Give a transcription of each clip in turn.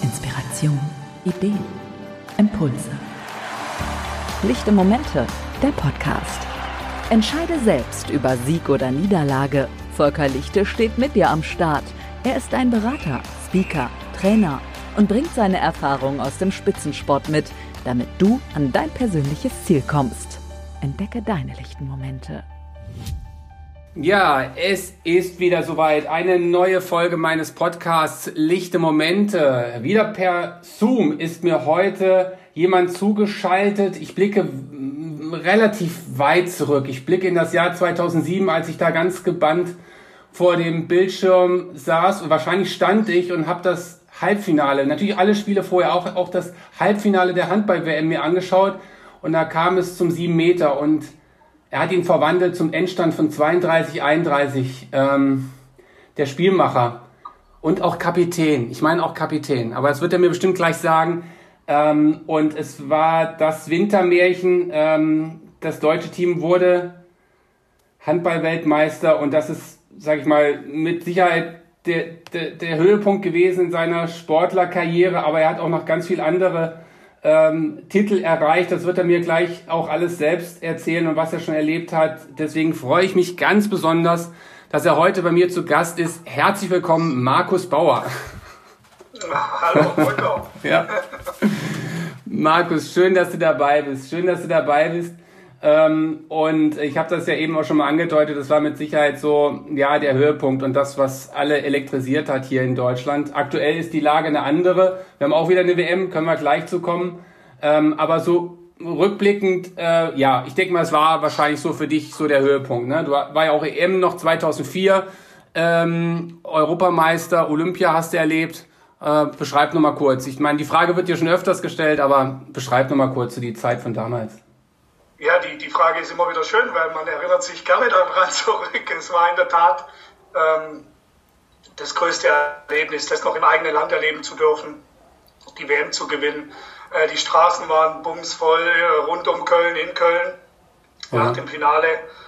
Inspiration, Ideen, Impulse. Lichte Momente, der Podcast. Entscheide selbst über Sieg oder Niederlage. Volker Lichte steht mit dir am Start. Er ist ein Berater, Speaker, Trainer und bringt seine Erfahrungen aus dem Spitzensport mit, damit du an dein persönliches Ziel kommst. Entdecke deine lichten Momente. Ja, es ist wieder soweit. Eine neue Folge meines Podcasts Lichte Momente. Wieder per Zoom ist mir heute jemand zugeschaltet. Ich blicke relativ weit zurück. Ich blicke in das Jahr 2007, als ich da ganz gebannt vor dem Bildschirm saß. Und wahrscheinlich stand ich und habe das Halbfinale, natürlich alle Spiele vorher, auch das Halbfinale der Handball-WM mir angeschaut. Und da kam es zum 7 Meter und er hat ihn verwandelt zum Endstand von 32-31, der Spielmacher und auch Kapitän. Ich meine auch Kapitän, aber das wird er mir bestimmt gleich sagen. Und es war das Wintermärchen. Das deutsche Team wurde Handball-Weltmeister und das ist, sag ich mal, mit Sicherheit der Höhepunkt gewesen in seiner Sportlerkarriere. Aber er hat auch noch ganz viel andere Titel erreicht. Das wird er mir gleich auch alles selbst erzählen und was er schon erlebt hat. Deswegen freue ich mich ganz besonders, dass er heute bei mir zu Gast ist. Herzlich willkommen, Markus Bauer. Hallo, Volker. Ja. Markus, schön, dass du dabei bist. Und ich habe das ja eben auch schon mal angedeutet, das war mit Sicherheit so, ja, der Höhepunkt und das, was alle elektrisiert hat hier in Deutschland. Aktuell ist die Lage eine andere. Wir haben auch wieder eine WM, können wir gleich zu kommen. Aber so rückblickend, ja, ich denke mal, es war wahrscheinlich so für dich so der Höhepunkt. Ne? Du war ja auch EM noch 2004, Europameister, Olympia hast du erlebt. Beschreib noch mal kurz. Ich meine, die Frage wird dir schon öfters gestellt, aber beschreib noch mal kurz so die Zeit von damals. Ja, die Frage ist immer wieder schön, weil man erinnert sich gerne daran zurück. Es war in der Tat das größte Erlebnis, das noch im eigenen Land erleben zu dürfen, die WM zu gewinnen. Die Straßen waren bumsvoll rund um Köln, in Köln. Ja. Nach dem Finale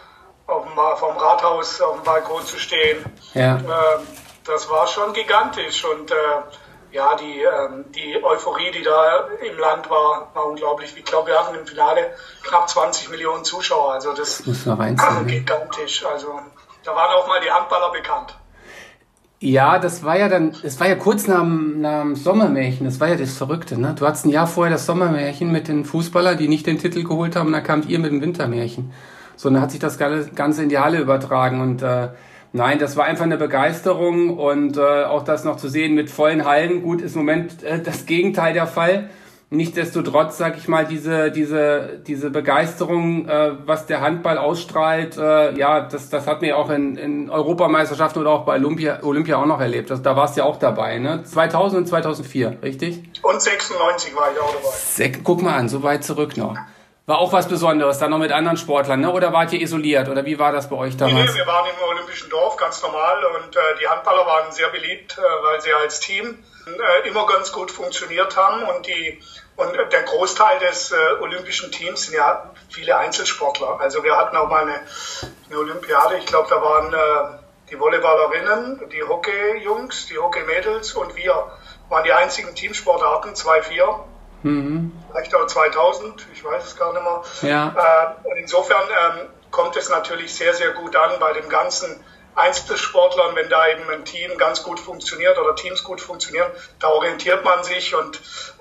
vom Rathaus auf dem Balkon zu stehen. Ja. Das war schon gigantisch und ja, die Euphorie, die da im Land war unglaublich. Ich glaube, wir hatten im Finale knapp 20 Millionen Zuschauer. Also das muss man reinziehen, gigantisch. Also da waren auch mal die Handballer bekannt. Ja, das war ja kurz nach dem Sommermärchen. Das war ja das Verrückte, ne? Du hattest ein Jahr vorher das Sommermärchen mit den Fußballern, die nicht den Titel geholt haben, und dann kamt ihr mit dem Wintermärchen. So, dann hat sich das Ganze in die Halle übertragen und nein, das war einfach eine Begeisterung und auch das noch zu sehen mit vollen Hallen. Gut, ist im Moment das Gegenteil der Fall. Nichtsdestotrotz, sag ich mal, diese Begeisterung, was der Handball ausstrahlt, ja, das hat mir auch in Europameisterschaften oder auch bei Olympia auch noch erlebt. Da warst du ja auch dabei, ne? 2000 und 2004, richtig? Und 96 war ich auch dabei. Guck mal an, so weit zurück noch. War auch was Besonderes, dann noch mit anderen Sportlern, ne? Oder wart ihr isoliert? Oder wie war das bei euch damals? Nee, wir waren im Olympischen Dorf, ganz normal. Und die Handballer waren sehr beliebt, weil sie als Team immer ganz gut funktioniert haben. Und der Großteil des olympischen Teams sind ja viele Einzelsportler. Also wir hatten auch mal eine Olympiade. Ich glaube, da waren die Volleyballerinnen, die Hockey-Jungs, die Hockey-Mädels und wir waren die einzigen Teamsportarten, 2-4. Vielleicht auch 2000, ich weiß es gar nicht mehr. Ja. Und insofern kommt es natürlich sehr, sehr gut an bei den ganzen Einzelsportlern, wenn da eben ein Team ganz gut funktioniert oder Teams gut funktionieren, da orientiert man sich und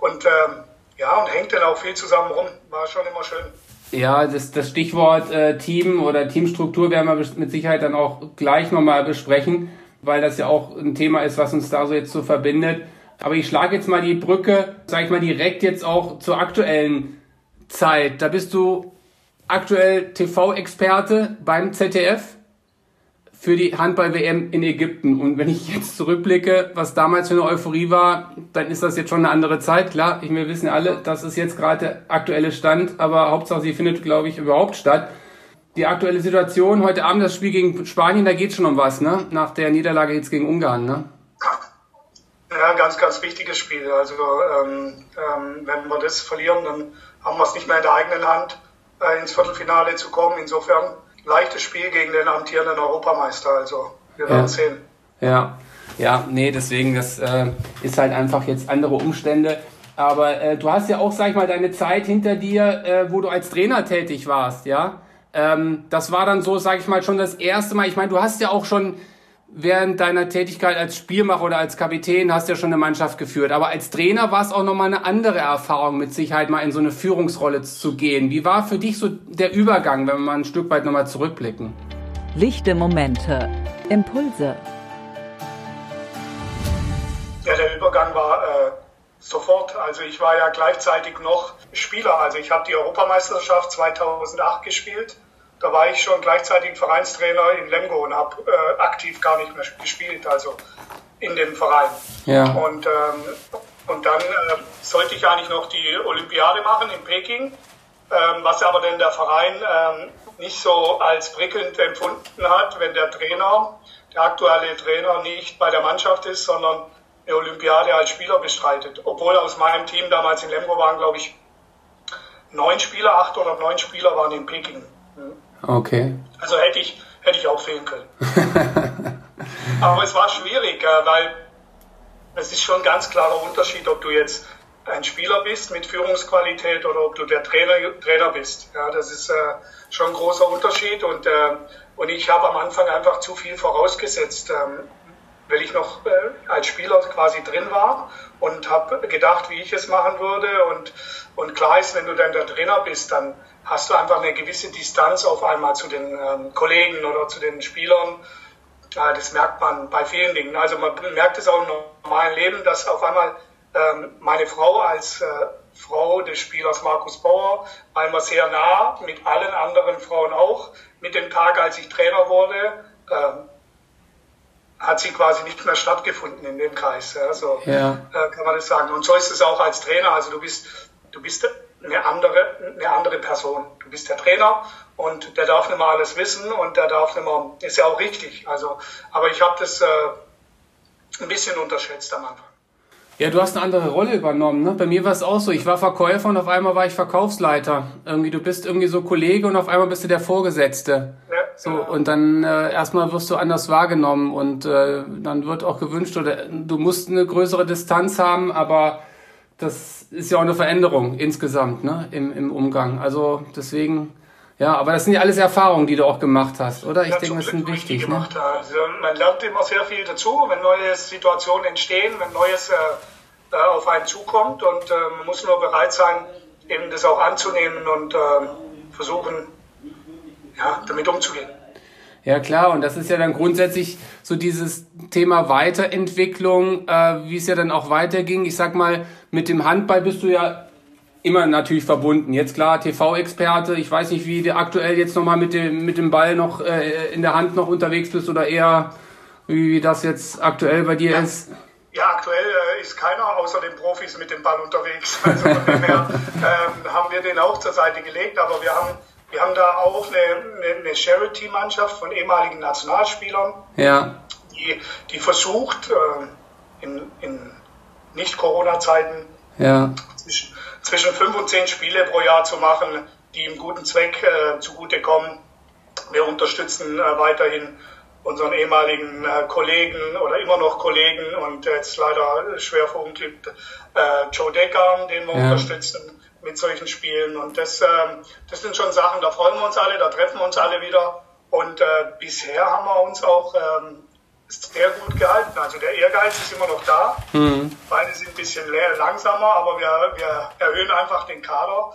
hängt dann auch viel zusammen rum. War schon immer schön. Ja, das Stichwort Team oder Teamstruktur werden wir mit Sicherheit dann auch gleich nochmal besprechen, weil das ja auch ein Thema ist, was uns da so jetzt so verbindet. Aber ich schlage jetzt mal die Brücke, sag ich mal, direkt jetzt auch zur aktuellen Zeit. Da bist du aktuell TV-Experte beim ZDF für die Handball-WM in Ägypten. Und wenn ich jetzt zurückblicke, was damals für eine Euphorie war, dann ist das jetzt schon eine andere Zeit. Klar, wir wissen alle, das ist jetzt gerade der aktuelle Stand, aber Hauptsache sie findet, glaube ich, überhaupt statt. Die aktuelle Situation, heute Abend das Spiel gegen Spanien, da geht es schon um was, ne? Nach der Niederlage jetzt gegen Ungarn, ne? Ja, ein ganz, ganz wichtiges Spiel. Also wenn wir das verlieren, dann haben wir es nicht mehr in der eigenen Hand, ins Viertelfinale zu kommen. Insofern leichtes Spiel gegen den amtierenden Europameister. Also wir werden sehen. Ja. Ja, nee, deswegen, das ist halt einfach jetzt andere Umstände. Aber du hast ja auch, sag ich mal, deine Zeit hinter dir, wo du als Trainer tätig warst, ja. Das war dann so, sag ich mal, schon das erste Mal. Ich meine, du hast ja auch schon während deiner Tätigkeit als Spielmacher oder als Kapitän hast ja schon eine Mannschaft geführt. Aber als Trainer war es auch nochmal eine andere Erfahrung, mit Sicherheit mal in so eine Führungsrolle zu gehen. Wie war für dich so der Übergang, wenn wir mal ein Stück weit nochmal zurückblicken? Lichte Momente, Impulse. Ja, der Übergang war sofort. Also ich war ja gleichzeitig noch Spieler. Also ich habe die Europameisterschaft 2008 gespielt. Da war ich schon gleichzeitig Vereinstrainer in Lemgo und habe aktiv gar nicht mehr gespielt, also in dem Verein. Ja. Und dann sollte ich eigentlich noch die Olympiade machen in Peking, was aber denn der Verein nicht so als prickelnd empfunden hat, wenn der aktuelle Trainer nicht bei der Mannschaft ist, sondern eine Olympiade als Spieler bestreitet. Obwohl aus meinem Team damals in Lemgo waren, glaube ich, 8 oder 9 Spieler waren in Peking. Okay. Also hätte ich auch fehlen können. Aber es war schwierig, weil es ist schon ein ganz klarer Unterschied, ob du jetzt ein Spieler bist mit Führungsqualität oder ob du der Trainer bist. Ja, das ist schon ein großer Unterschied und ich habe am Anfang einfach zu viel vorausgesetzt, weil ich noch als Spieler quasi drin war und habe gedacht, wie ich es machen würde und klar ist, wenn du dann der Trainer bist, dann hast du einfach eine gewisse Distanz auf einmal zu den Kollegen oder zu den Spielern. Das merkt man bei vielen Dingen. Also man merkt es auch im normalen Leben, dass auf einmal meine Frau als Frau des Spielers Markus Bauer war immer sehr nah, mit allen anderen Frauen auch. Mit dem Tag, als ich Trainer wurde, hat sie quasi nicht mehr stattgefunden in dem Kreis. Ja, so kann man das sagen. Und so ist es auch als Trainer. Also du bist eine andere Person. Du bist der Trainer und der darf nicht mal alles wissen und der darf nicht mal, ist ja auch richtig. Also, aber ich habe das ein bisschen unterschätzt am Anfang. Ja, du hast eine andere Rolle übernommen, ne? Bei mir war es auch so. Ich war Verkäufer und auf einmal war ich Verkaufsleiter. Irgendwie, du bist irgendwie so Kollege und auf einmal bist du der Vorgesetzte. Ja, so, ja. Und dann erstmal wirst du anders wahrgenommen und dann wird auch gewünscht, oder du musst eine größere Distanz haben, aber das ist ja auch eine Veränderung insgesamt, ne, im Umgang. Also deswegen, ja, aber das sind ja alles Erfahrungen, die du auch gemacht hast, oder? Ich denke, das sind wichtig. Ne? Also man lernt immer sehr viel dazu, wenn neue Situationen entstehen, wenn Neues auf einen zukommt und man muss nur bereit sein, eben das auch anzunehmen und versuchen, ja, damit umzugehen. Ja klar, und das ist ja dann grundsätzlich so dieses Thema Weiterentwicklung, wie es ja dann auch weiterging. Ich sag mal, mit dem Handball bist du ja immer natürlich verbunden. Jetzt klar, TV-Experte, ich weiß nicht, wie du aktuell jetzt nochmal mit dem Ball noch in der Hand noch unterwegs bist oder eher, wie das jetzt aktuell bei dir ist. Ja, aktuell ist keiner außer den Profis mit dem Ball unterwegs. Also von dem her haben wir den auch zur Seite gelegt, aber wir haben da auch eine Charity-Mannschaft von ehemaligen Nationalspielern, ja, die versucht, in Nicht-Corona-Zeiten zwischen 5 und 10 Spiele pro Jahr zu machen, die im guten Zweck zugutekommen. Wir unterstützen weiterhin unseren ehemaligen Kollegen oder immer noch Kollegen und jetzt leider schwer verunglückt Joe Decker, den wir unterstützen mit solchen Spielen. Und das sind schon Sachen, da freuen wir uns alle, da treffen wir uns alle wieder. Und bisher haben wir uns auch sehr gut gehalten. Also der Ehrgeiz ist immer noch da. Beide sind ein bisschen langsamer, aber wir erhöhen einfach den Kader.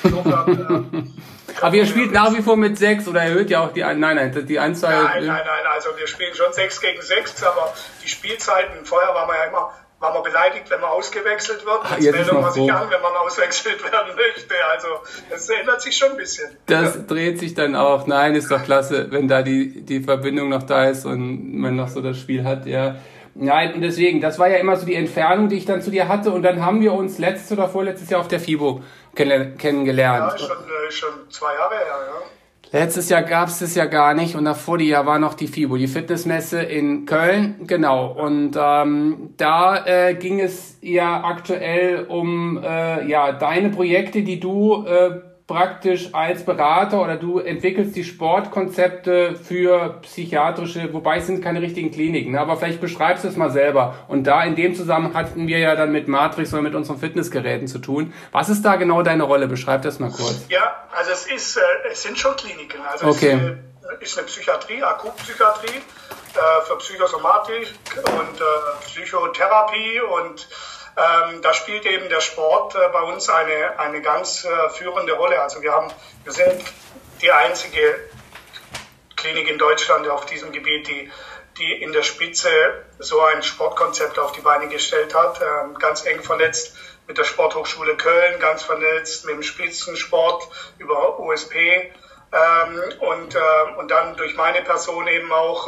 Aber ihr spielt nach wie vor mit 6 oder erhöht ja auch die Anzahl? Nein, also wir spielen schon 6 gegen 6, aber die Spielzeiten, vorher war man beleidigt, wenn man ausgewechselt wird. Jetzt meldet man sich an, wenn man auswechselt werden möchte. Also das ändert sich schon ein bisschen. Das dreht sich dann auch. Nein, ist doch klasse, wenn da die Verbindung noch da ist und man noch so das Spiel hat, ja. Nein, und deswegen, das war ja immer so die Entfernung, die ich dann zu dir hatte, und dann haben wir uns letztes oder vorletztes Jahr auf der FIBO kennengelernt. Ja, schon 2 Jahre her, ja. Letztes Jahr gab es das ja gar nicht und davor die Jahr war noch die FIBO, die Fitnessmesse in Köln, genau. Und da ging es ja aktuell um deine Projekte, die du praktisch als Berater oder du entwickelst die Sportkonzepte für psychiatrische, wobei es sind keine richtigen Kliniken, aber vielleicht beschreibst du es mal selber. Und da in dem Zusammenhang hatten wir ja dann mit Matrix oder mit unseren Fitnessgeräten zu tun. Was ist da genau deine Rolle? Beschreib das mal kurz. Ja, also es sind schon Kliniken. Also okay. Es ist eine Psychiatrie, Akutpsychiatrie für Psychosomatik und Psychotherapie und da spielt eben der Sport bei uns eine ganz führende Rolle. Also wir sind die einzige Klinik in Deutschland auf diesem Gebiet, die in der Spitze so ein Sportkonzept auf die Beine gestellt hat. Ganz eng vernetzt mit der Sporthochschule Köln, ganz vernetzt mit dem Spitzensport über USP und dann durch meine Person eben auch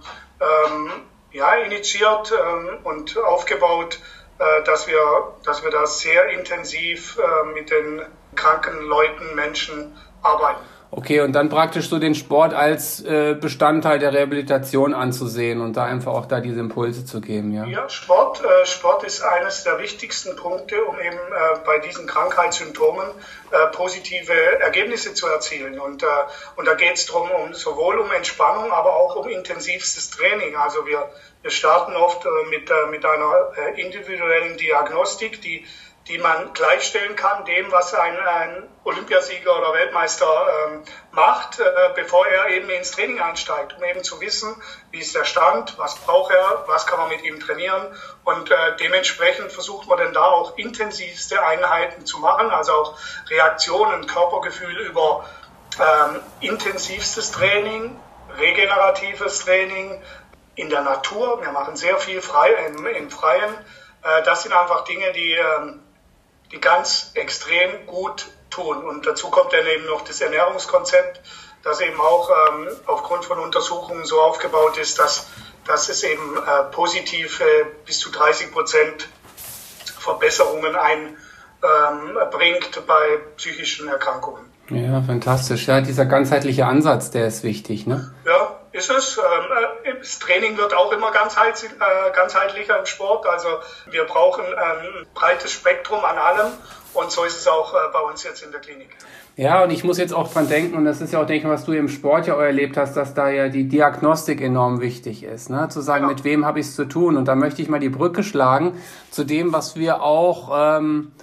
initiiert und aufgebaut, dass wir da sehr intensiv mit den kranken Leuten, Menschen arbeiten. Okay, und dann praktisch so den Sport als Bestandteil der Rehabilitation anzusehen und da einfach auch da diese Impulse zu geben, ja? Ja, Sport ist eines der wichtigsten Punkte, um eben bei diesen Krankheitssymptomen positive Ergebnisse zu erzielen. Und da geht es darum, sowohl um Entspannung, aber auch um intensivstes Training. Also wir starten oft mit einer individuellen Diagnostik, die man gleichstellen kann dem, was ein Olympiasieger oder Weltmeister macht, bevor er eben ins Training einsteigt, um eben zu wissen, wie ist der Stand, was braucht er, was kann man mit ihm trainieren und dementsprechend versucht man dann da auch intensivste Einheiten zu machen, also auch Reaktionen, Körpergefühl über intensivstes Training, regeneratives Training in der Natur. Wir machen sehr viel im Freien. Das sind einfach Dinge, die ganz extrem gut tun. Und dazu kommt dann eben noch das Ernährungskonzept, das eben auch aufgrund von Untersuchungen so aufgebaut ist, dass es eben positive bis zu 30% Verbesserungen bringt bei psychischen Erkrankungen. Ja, fantastisch. Ja, dieser ganzheitliche Ansatz, der ist wichtig, ne? Ja, ist es. Das Training wird auch immer ganzheitlicher im Sport. Also wir brauchen ein breites Spektrum an allem und so ist es auch bei uns jetzt in der Klinik. Ja, und ich muss jetzt auch dran denken, und das ist ja auch, denke ich, was du im Sport ja auch erlebt hast, dass da ja die Diagnostik enorm wichtig ist, ne? Zu sagen, genau, mit wem habe ich es zu tun? Und da möchte ich mal die Brücke schlagen zu dem, was wir auch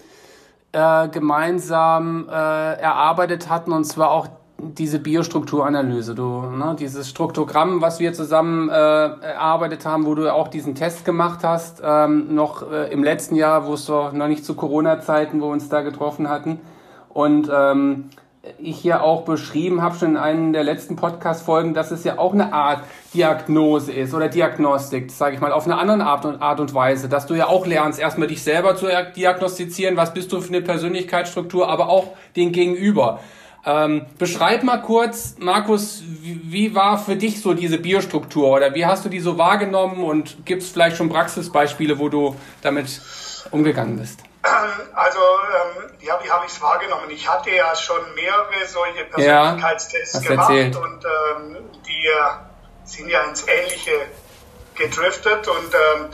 gemeinsam erarbeitet hatten, und zwar auch diese Biostrukturanalyse, dieses Struktogramm, was wir zusammen erarbeitet haben, wo du auch diesen Test gemacht hast, noch im letzten Jahr, wo es doch noch nicht zu Corona-Zeiten, wo wir uns da getroffen hatten. Und ich hier auch beschrieben habe, schon in einem der letzten Podcast-Folgen, dass es ja auch eine Art Diagnose ist oder Diagnostik, sage ich mal, auf eine andere Art und Weise, dass du ja auch lernst, erstmal dich selber zu diagnostizieren, was bist du für eine Persönlichkeitsstruktur, aber auch den Gegenüber. Beschreib mal kurz, Markus, wie war für dich so diese Biostruktur oder wie hast du die so wahrgenommen und gibt es vielleicht schon Praxisbeispiele, wo du damit umgegangen bist? Also, wie habe ich es wahrgenommen? Ich hatte ja schon mehrere solche Persönlichkeitstests gemacht und die sind ja ins Ähnliche gedriftet und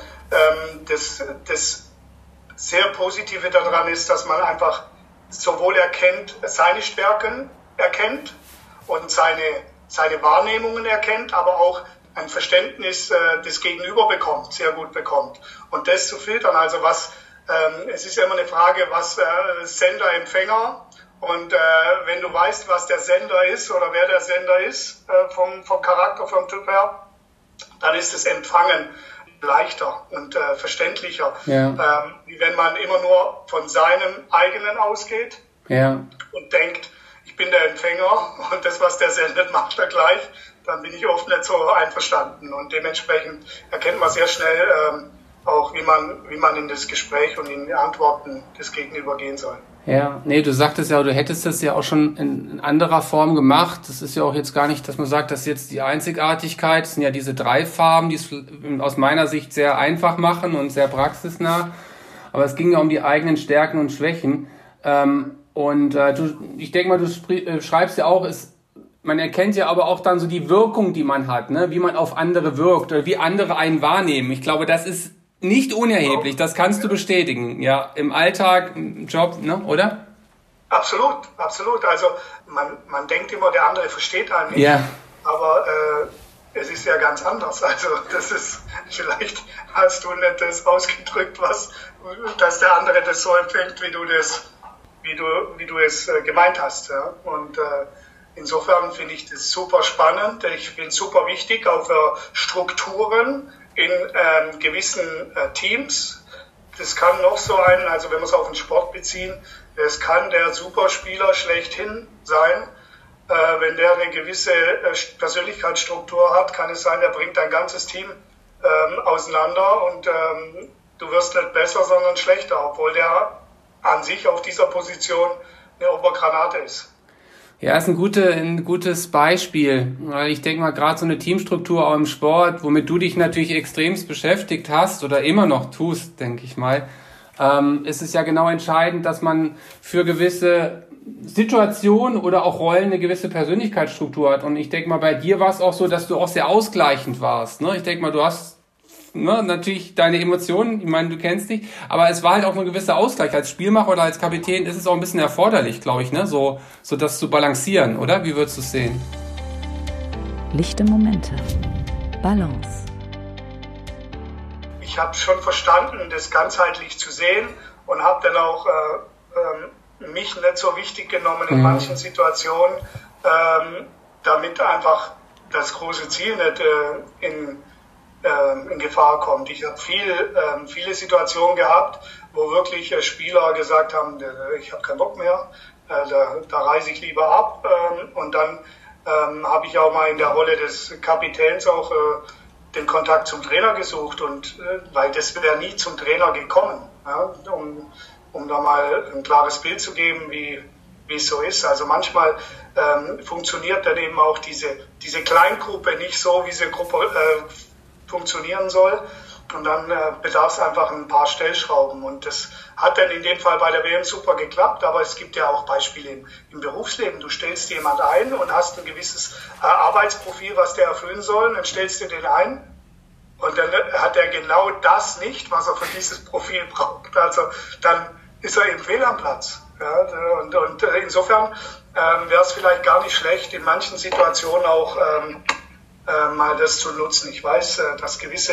das sehr Positive daran ist, dass man einfach sowohl seine Stärken erkennt und seine Wahrnehmungen erkennt, aber auch ein Verständnis des Gegenüber sehr gut bekommt. Und das zu filtern, also es ist ja immer eine Frage, was Sender, Empfänger, und wenn du weißt, was der Sender ist oder wer der Sender ist, vom Charakter, vom Typ her, dann ist das Empfangen leichter und verständlicher, wie wenn man immer nur von seinem eigenen ausgeht und denkt, ich bin der Empfänger und das, was der sendet, macht er gleich, dann bin ich oft nicht so einverstanden und dementsprechend erkennt man sehr schnell auch, wie man in das Gespräch und in die Antworten des Gegenüber gehen soll. Ja, nee, du sagtest ja, du hättest das ja auch schon in anderer Form gemacht. Das ist ja auch jetzt gar nicht, dass man sagt, das ist jetzt die Einzigartigkeit. Das sind ja diese 3 Farben, die es aus meiner Sicht sehr einfach machen und sehr praxisnah. Aber es ging ja um die eigenen Stärken und Schwächen. Ich denke mal, du schreibst ja auch, man erkennt ja aber auch dann so die Wirkung, die man hat, ne? Wie man auf andere wirkt oder wie andere einen wahrnehmen. Ich glaube, das ist nicht unerheblich, das kannst du bestätigen, ja, im Alltag, im Job, ne, oder? Absolut, absolut. Also man denkt immer, der andere versteht einen nicht, Ja. aber es ist ja ganz anders. Also das ist, vielleicht hast du nicht das ausgedrückt, dass der andere das so empfängt, wie du es gemeint hast. Ja? Und insofern finde ich das super spannend. Ich finde es super wichtig, auch für Strukturen in gewissen Teams. Das kann noch so also wenn wir es auf den Sport beziehen, es kann der Superspieler schlechthin sein. Wenn der eine gewisse Persönlichkeitsstruktur hat, kann es sein, er bringt ein ganzes Team auseinander und du wirst nicht besser, sondern schlechter, obwohl der an sich auf dieser Position eine Obergranate ist. Ja, ist ein gutes Beispiel. Ich denke mal, gerade so eine Teamstruktur auch im Sport, womit du dich natürlich extremst beschäftigt hast oder immer noch tust, denke ich mal, ist es ja genau entscheidend, dass man für gewisse Situationen oder auch Rollen eine gewisse Persönlichkeitsstruktur hat. Und ich denke mal, bei dir war es auch so, dass du auch sehr ausgleichend warst. Ne? Ich denke mal, du hast natürlich deine Emotionen, ich meine, du kennst dich, aber es war halt auch ein gewisser Ausgleich. Als Spielmacher oder als Kapitän ist es auch ein bisschen erforderlich, glaube ich, ne? So das zu balancieren, oder? Wie würdest du es sehen? Lichte Momente. Balance. Ich habe schon verstanden, das ganzheitlich zu sehen und habe dann auch mich nicht so wichtig genommen in manchen Situationen, damit einfach das große Ziel nicht in Gefahr kommt. Ich habe viele Situationen gehabt, wo wirklich Spieler gesagt haben, ich habe keinen Bock mehr, da reise ich lieber ab. Und dann habe ich auch mal in der Rolle des Kapitäns auch den Kontakt zum Trainer gesucht, und weil das wäre nie zum Trainer gekommen, ja, um da mal ein klares Bild zu geben, wie es so ist. Also manchmal funktioniert dann eben auch diese Kleingruppe nicht so, wie sie Gruppe funktionieren soll, und dann bedarf es einfach ein paar Stellschrauben, und das hat dann in dem Fall bei der WM super geklappt, aber es gibt ja auch Beispiele im Berufsleben. Du stellst jemand ein und hast ein gewisses Arbeitsprofil, was der erfüllen soll, dann stellst du den ein und dann hat er genau das nicht, was er für dieses Profil braucht, also dann ist er eben fehl am Platz. Ja, und insofern wäre es vielleicht gar nicht schlecht, in manchen Situationen auch mal das zu nutzen. Ich weiß, dass gewisse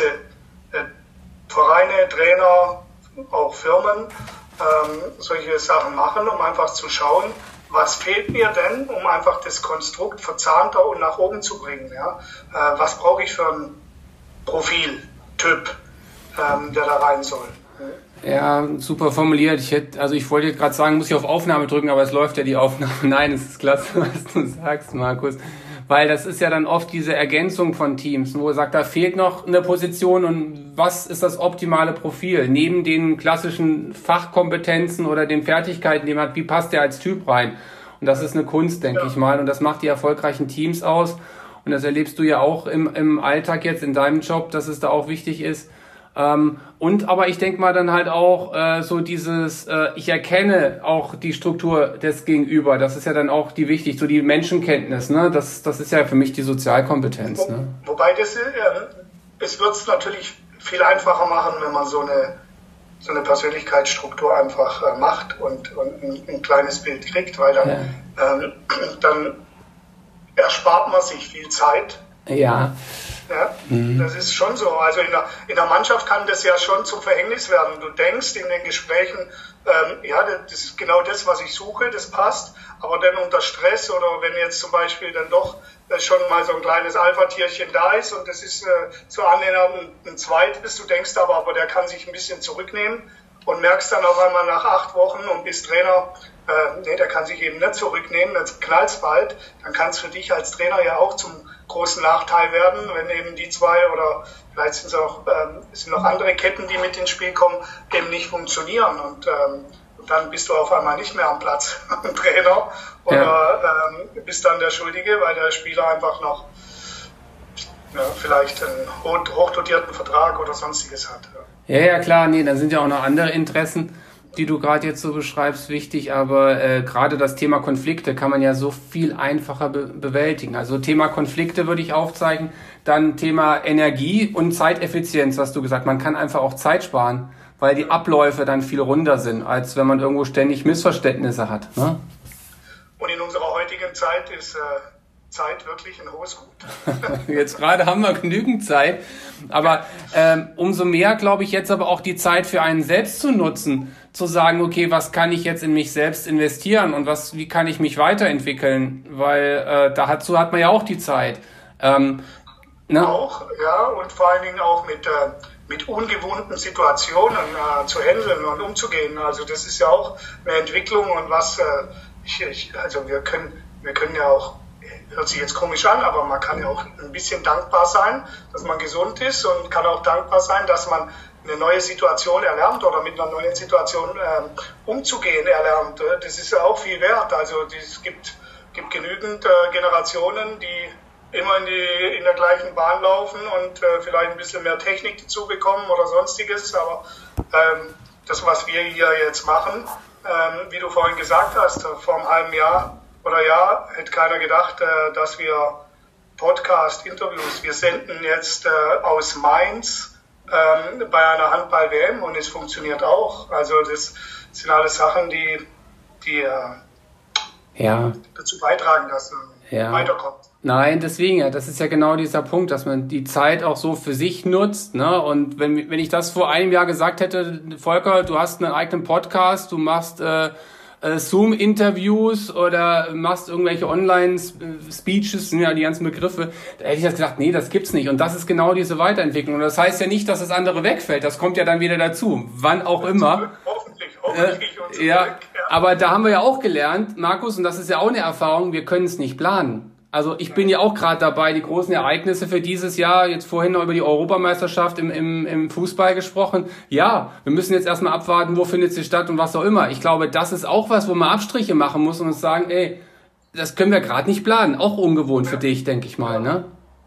Vereine, Trainer, auch Firmen solche Sachen machen, um einfach zu schauen, was fehlt mir denn, um einfach das Konstrukt verzahnter und nach oben zu bringen. Ja? Was brauche ich für ein Profiltyp, der da rein soll. Ja, super formuliert. Ich wollte gerade sagen, muss ich auf Aufnahme drücken, aber es läuft ja die Aufnahme. Nein, es ist klasse, was du sagst, Markus. Weil das ist ja dann oft diese Ergänzung von Teams, wo er sagt, da fehlt noch eine Position, und was ist das optimale Profil? Neben den klassischen Fachkompetenzen oder den Fertigkeiten, die man hat, wie passt der als Typ rein? Und das ist eine Kunst, denke ich mal. Und das macht die erfolgreichen Teams aus. Und das erlebst du ja auch im Alltag jetzt, in deinem Job, dass es da auch wichtig ist. Aber ich denke mal dann halt auch so dieses, ich erkenne auch die Struktur des Gegenüber, das ist ja dann auch die wichtig, so die Menschenkenntnis, ne? Das ist ja für mich die Sozialkompetenz. Ne? Wobei es wird es natürlich viel einfacher machen, wenn man so eine Persönlichkeitsstruktur einfach macht und ein kleines Bild kriegt, weil dann erspart man sich viel Zeit. Ja. Ja, das ist schon so. Also in der Mannschaft kann das ja schon zum Verhängnis werden. Du denkst in den Gesprächen, das ist genau das, was ich suche, das passt. Aber dann unter Stress, oder wenn jetzt zum Beispiel dann doch schon mal so ein kleines Alpha-Tierchen da ist und das ist zu annähernd ein zweites, du denkst aber der kann sich ein bisschen zurücknehmen, und merkst dann auf einmal nach 8 Wochen und bist Trainer, der kann sich eben nicht zurücknehmen, jetzt knallt's bald, dann kann es für dich als Trainer ja auch zum großen Nachteil werden, wenn eben die zwei, oder vielleicht sind noch andere Ketten, die mit ins Spiel kommen, eben nicht funktionieren, und dann bist du auf einmal nicht mehr am Platz, Trainer, oder bist dann der Schuldige, weil der Spieler einfach noch vielleicht einen hochdotierten Vertrag oder sonstiges hat. Ja, klar, dann sind ja auch noch andere Interessen, die du gerade jetzt so beschreibst, wichtig, aber gerade das Thema Konflikte kann man ja so viel einfacher bewältigen. Also Thema Konflikte würde ich aufzeigen, Dann Thema Energie und Zeiteffizienz, was du gesagt hast. Man kann einfach auch Zeit sparen, weil die Abläufe dann viel runder sind, als wenn man irgendwo ständig Missverständnisse hat. Ne? Und in unserer heutigen Zeit ist Zeit wirklich ein hohes Gut. Jetzt gerade haben wir genügend Zeit, aber umso mehr glaube ich jetzt aber auch die Zeit für einen selbst zu nutzen, zu sagen, okay, was kann ich jetzt in mich selbst investieren und wie kann ich mich weiterentwickeln, weil dazu hat man ja auch die Zeit. Ne? Auch, ja, und vor allen Dingen auch mit ungewohnten Situationen zu handeln und umzugehen. Also das ist ja auch eine Entwicklung und was also wir können ja auch, hört sich jetzt komisch an, aber man kann ja auch ein bisschen dankbar sein, dass man gesund ist und kann auch dankbar sein, dass man eine neue Situation erlernt oder mit einer neuen Situation umzugehen erlernt. Das ist ja auch viel wert. Also es gibt genügend Generationen, die immer in der gleichen Bahn laufen und vielleicht ein bisschen mehr Technik dazu bekommen oder sonstiges. Aber das, was wir hier jetzt machen, wie du vorhin gesagt hast, vor einem halben Jahr oder Jahr hätte keiner gedacht, dass wir Podcast-Interviews, wir senden jetzt aus Mainz bei einer Handball-WM und es funktioniert auch. Also das sind alles Sachen, die dazu beitragen, dass man weiterkommt. Nein, deswegen ja, das ist ja genau dieser Punkt, dass man die Zeit auch so für sich nutzt, ne? Und wenn ich das vor einem Jahr gesagt hätte, Volker, du hast einen eigenen Podcast, du machst Zoom-Interviews oder machst irgendwelche Online-Speeches, sind ja die ganzen Begriffe, da hätte ich das gedacht, nee, das gibt's nicht. Und das ist genau diese Weiterentwicklung. Und das heißt ja nicht, dass das andere wegfällt. Das kommt ja dann wieder dazu. Wann auch immer. Hoffentlich. Ja, aber da haben wir ja auch gelernt, Markus, und das ist ja auch eine Erfahrung, wir können es nicht planen. Also ich bin ja auch gerade dabei, die großen Ereignisse für dieses Jahr, jetzt vorhin noch über die Europameisterschaft im Fußball gesprochen. Ja, wir müssen jetzt erstmal abwarten, wo findet sie statt und was auch immer. Ich glaube, das ist auch was, wo man Abstriche machen muss und uns sagen, ey, das können wir gerade nicht planen. Auch ungewohnt für dich, denke ich mal, ne?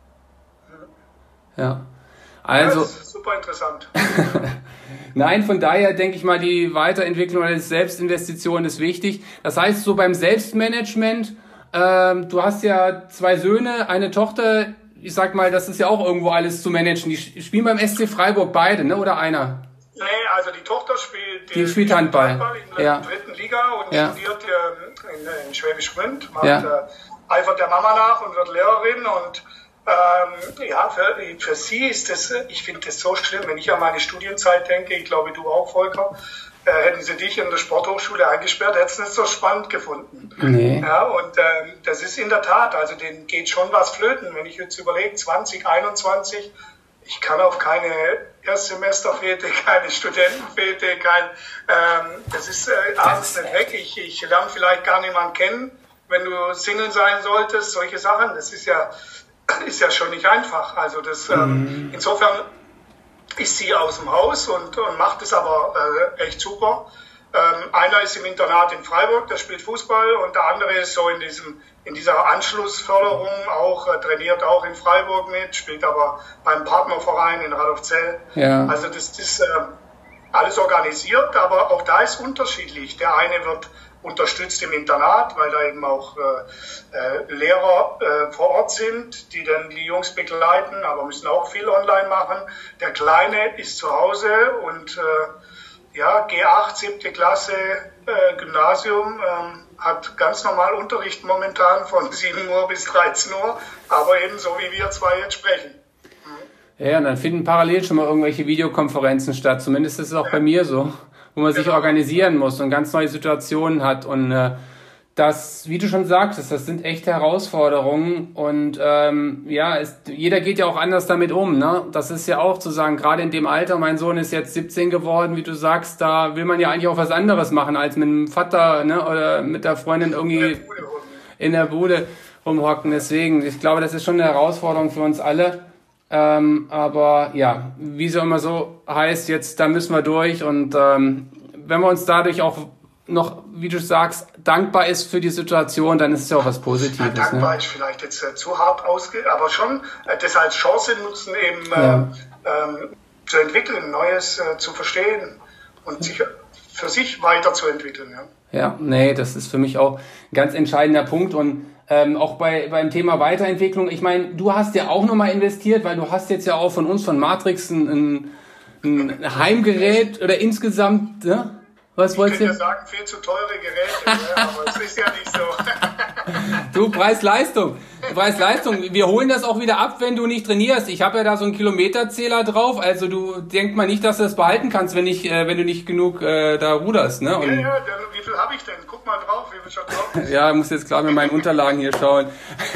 Ja. Also. Das ist super interessant. Nein, von daher denke ich mal, die Weiterentwicklung oder die Selbstinvestition ist wichtig. Das heißt, so beim Selbstmanagement, du hast ja 2 Söhne, eine Tochter, ich sag mal, das ist ja auch irgendwo alles zu managen. Die spielen beim SC Freiburg beide, ne? Oder einer? Nee, also die Tochter spielt Handball in der 3. Liga und studiert in Schwäbisch Gmünd, eifert der Mama nach und wird Lehrerin und für sie ist das, ich finde das so schlimm, wenn ich an meine Studienzeit denke, ich glaube du auch, Volker, hätten sie dich in der Sporthochschule eingesperrt, hätten sie es nicht so spannend gefunden. Nee. Ja, und das ist in der Tat, also denen geht schon was flöten. Wenn ich jetzt überlege, 2021, ich kann auf keine Erstsemesterfete, keine Studentenfete, das ist abends nicht weg. Ich lerne vielleicht gar niemanden kennen, wenn du Single sein solltest, solche Sachen, das ist ja schon nicht einfach. Also das insofern ist sie aus dem Haus und macht es aber echt super. Einer ist im Internat in Freiburg, der spielt Fußball und der andere ist so in dieser Anschlussförderung auch, trainiert auch in Freiburg mit, spielt aber beim Partnerverein in Radolfzell. Ja. Also das ist alles organisiert, aber auch da ist unterschiedlich. Der eine wird unterstützt im Internat, weil da eben auch Lehrer vor Ort sind, die dann die Jungs begleiten, aber müssen auch viel online machen. Der Kleine ist zu Hause und G8, 7. Klasse, Gymnasium, hat ganz normal Unterricht momentan von 7 Uhr bis 13 Uhr, aber eben so wie wir zwei jetzt sprechen. Ja, und dann finden parallel schon mal irgendwelche Videokonferenzen statt, zumindest ist es auch bei mir so, wo man sich organisieren muss und ganz neue Situationen hat und das, wie du schon sagtest, das sind echte Herausforderungen und jeder geht ja auch anders damit um, ne? Das ist ja auch zu sagen, gerade in dem Alter, mein Sohn ist jetzt 17 geworden, wie du sagst, da will man ja eigentlich auch was anderes machen, als mit dem Vater, ne, oder mit der Freundin irgendwie in der Bude rumhocken. Deswegen, ich glaube, das ist schon eine Herausforderung für uns alle. Aber ja, wie es immer so heißt, jetzt, da müssen wir durch und wenn wir uns dadurch auch noch, wie du sagst, dankbar ist für die Situation, dann ist es ja auch was Positives. Ja, dankbar ist vielleicht jetzt zu hart aber schon das als Chance nutzen, eben zu entwickeln, Neues zu verstehen und sich für sich weiterzuentwickeln. Ja, nee, das ist für mich auch ein ganz entscheidender Punkt und Auch beim Thema Weiterentwicklung. Ich meine, du hast ja auch nochmal investiert, weil du hast jetzt ja auch von uns, von Matrix, ein Heimgerät oder insgesamt, ne? Was wolltest du? Ich könnte ja sagen, viel zu teure Geräte, aber es ist ja nicht so. Du, Preis-Leistung. Wir holen das auch wieder ab, wenn du nicht trainierst. Ich habe ja da so einen Kilometerzähler drauf, also du denk mal nicht, dass du das behalten kannst, wenn du nicht genug da ruderst, ne? Und ja, wie viel habe ich denn? Guck mal drauf, wie viel schon drauf ist. Ja, ich muss jetzt klar mit meinen Unterlagen hier schauen.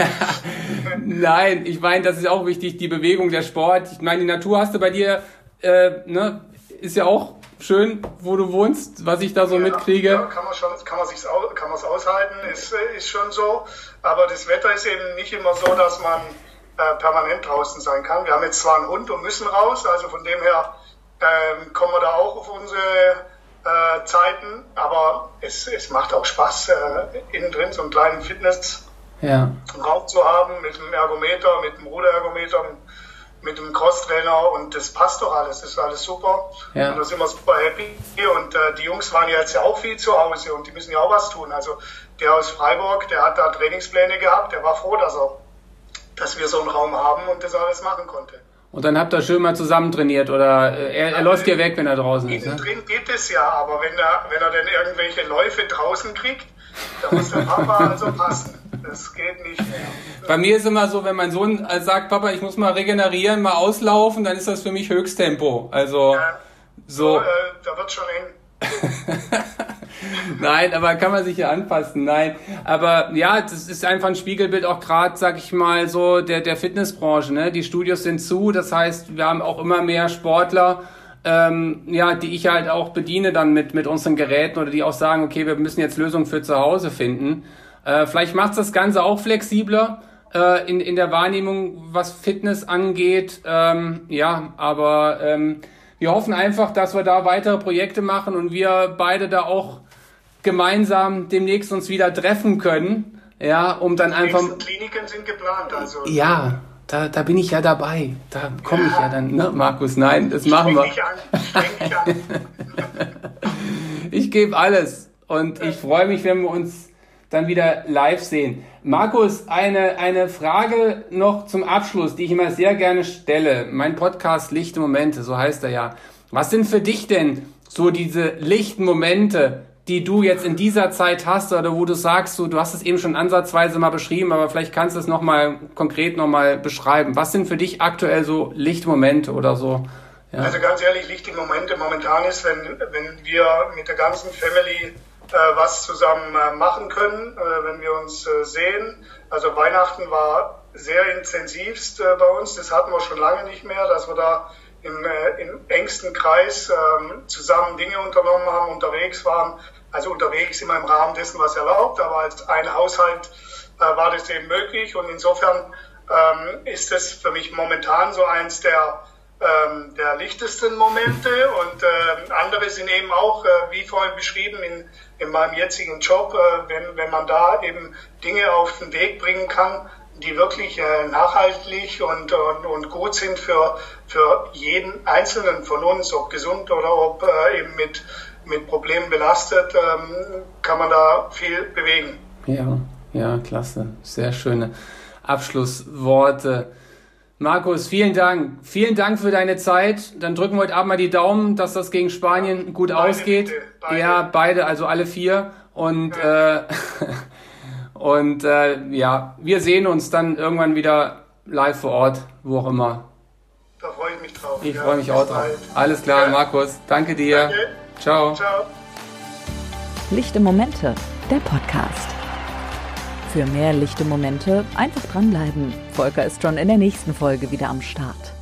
Nein, ich meine, das ist auch wichtig, die Bewegung, der Sport. Ich meine, die Natur hast du bei dir, ne, ist ja auch schön, wo du wohnst, was ich da so mitkriege. Ja, kann man es aushalten, ist schon so. Aber das Wetter ist eben nicht immer so, dass man permanent draußen sein kann. Wir haben jetzt zwar einen Hund und müssen raus, also von dem her kommen wir da auch auf unsere Zeiten, aber es macht auch Spaß, innen drin so einen kleinen Fitnessraum zu haben, mit dem Ergometer, mit dem Ruderergometer, mit dem Crosstrainer, und das passt doch alles, das ist alles super. Ja. Und da sind wir super happy. Und die Jungs waren jetzt ja auch viel zu Hause und die müssen ja auch was tun. Also der aus Freiburg, der hat da Trainingspläne gehabt, der war froh, dass wir so einen Raum haben und das alles machen konnte. Und dann habt ihr schön mal zusammen trainiert, oder er läuft hier weg, wenn er draußen ist? Innen drin geht es ja, aber wenn er denn irgendwelche Läufe draußen kriegt, dann muss der Papa also passen. Das geht nicht mehr. Bei mir ist immer so, wenn mein Sohn sagt, Papa, ich muss mal regenerieren, mal auslaufen, dann ist das für mich Höchsttempo. Also so. Da wird schon eng. Nein, aber kann man sich ja anpassen. Nein, aber ja, das ist einfach ein Spiegelbild auch gerade, sag ich mal, so der Fitnessbranche. Ne? Die Studios sind zu, das heißt, wir haben auch immer mehr Sportler, die ich halt auch bediene dann mit unseren Geräten, oder die auch sagen, okay, wir müssen jetzt Lösungen für zu Hause finden. Vielleicht macht das Ganze auch flexibler in der Wahrnehmung, was Fitness angeht. Aber wir hoffen einfach, dass wir da weitere Projekte machen und wir beide da auch gemeinsam demnächst uns wieder treffen können. Ja, um dann einfach. Die Kliniken sind geplant, also. Ja, da bin ich ja dabei. Da komme ich ja dann, ne, Markus? Nein, das machen wir. Streng dich an. Ich gebe alles und ich freue mich, wenn wir uns dann wieder live sehen. Markus, eine Frage noch zum Abschluss, die ich immer sehr gerne stelle. Mein Podcast Lichte Momente, so heißt er ja. Was sind für dich denn so diese lichten Momente, die du jetzt in dieser Zeit hast, oder wo du sagst, du hast es eben schon ansatzweise mal beschrieben, aber vielleicht kannst du es konkret nochmal beschreiben. Was sind für dich aktuell so Lichtmomente oder so? Ja. Also ganz ehrlich, lichte Momente momentan ist, wenn wir mit der ganzen Family was zusammen machen können, wenn wir uns sehen. Also Weihnachten war sehr intensivst bei uns, das hatten wir schon lange nicht mehr, dass wir da im engsten Kreis zusammen Dinge unternommen haben, unterwegs waren. Also unterwegs immer im Rahmen dessen, was erlaubt, aber als ein Haushalt war das eben möglich, und insofern ist das für mich momentan so eins der lichtesten Momente, und andere sind eben auch, wie vorhin beschrieben, in meinem jetzigen Job, wenn man da eben Dinge auf den Weg bringen kann, die wirklich nachhaltig und gut sind für jeden Einzelnen von uns, ob gesund oder ob eben mit Problemen belastet, kann man da viel bewegen. Ja, klasse. Sehr schöne Abschlussworte. Markus, vielen Dank. Vielen Dank für deine Zeit. Dann drücken wir heute Abend mal die Daumen, dass das gegen Spanien gut ausgeht. Beide. Ja, beide, also alle 4. Und wir sehen uns dann irgendwann wieder live vor Ort, wo auch immer. Da freue ich mich drauf. Ich freue mich auch drauf. Alles klar, Markus. Danke dir. Danke. Ciao. Lichte Momente, der Podcast. Für mehr lichte Momente einfach dranbleiben. Volker ist schon in der nächsten Folge wieder am Start.